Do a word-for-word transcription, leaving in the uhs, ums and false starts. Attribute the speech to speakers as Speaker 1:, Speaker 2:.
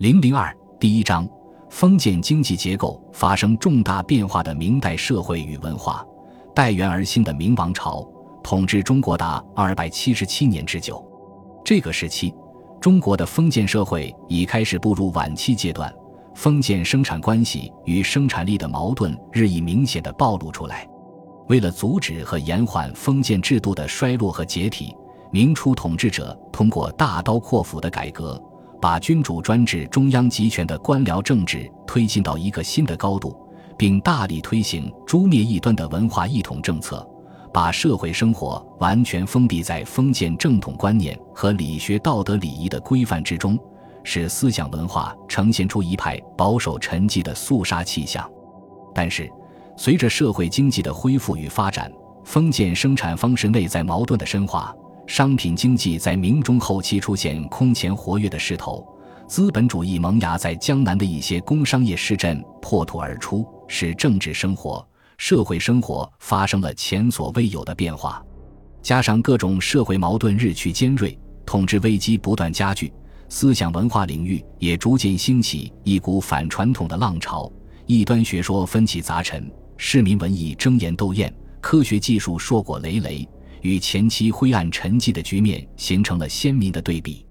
Speaker 1: 零零二第一章，封建经济结构发生重大变化的明代社会与文化。代元而兴的明王朝统治中国达二百七十七年之久。这个时期，中国的封建社会已开始步入晚期阶段，封建生产关系与生产力的矛盾日益明显地暴露出来。为了阻止和延缓封建制度的衰落和解体，明初统治者通过大刀阔斧的改革，把君主专制中央集权的官僚政治推进到一个新的高度，并大力推行诛灭异端的文化一统政策，把社会生活完全封闭在封建正统观念和理学道德礼仪的规范之中，使思想文化呈现出一派保守沉寂的肃杀气象。但是随着社会经济的恢复与发展，封建生产方式内在矛盾的深化，商品经济在明中后期出现空前活跃的势头，资本主义萌芽在江南的一些工商业市镇破土而出，使政治生活、社会生活发生了前所未有的变化。加上各种社会矛盾日趋尖锐，统治危机不断加剧，思想文化领域也逐渐兴起一股反传统的浪潮，异端学说纷起杂陈，市民文艺争妍斗艳，科学技术硕果累累，与前期灰暗沉寂的局面形成了鲜明的对比。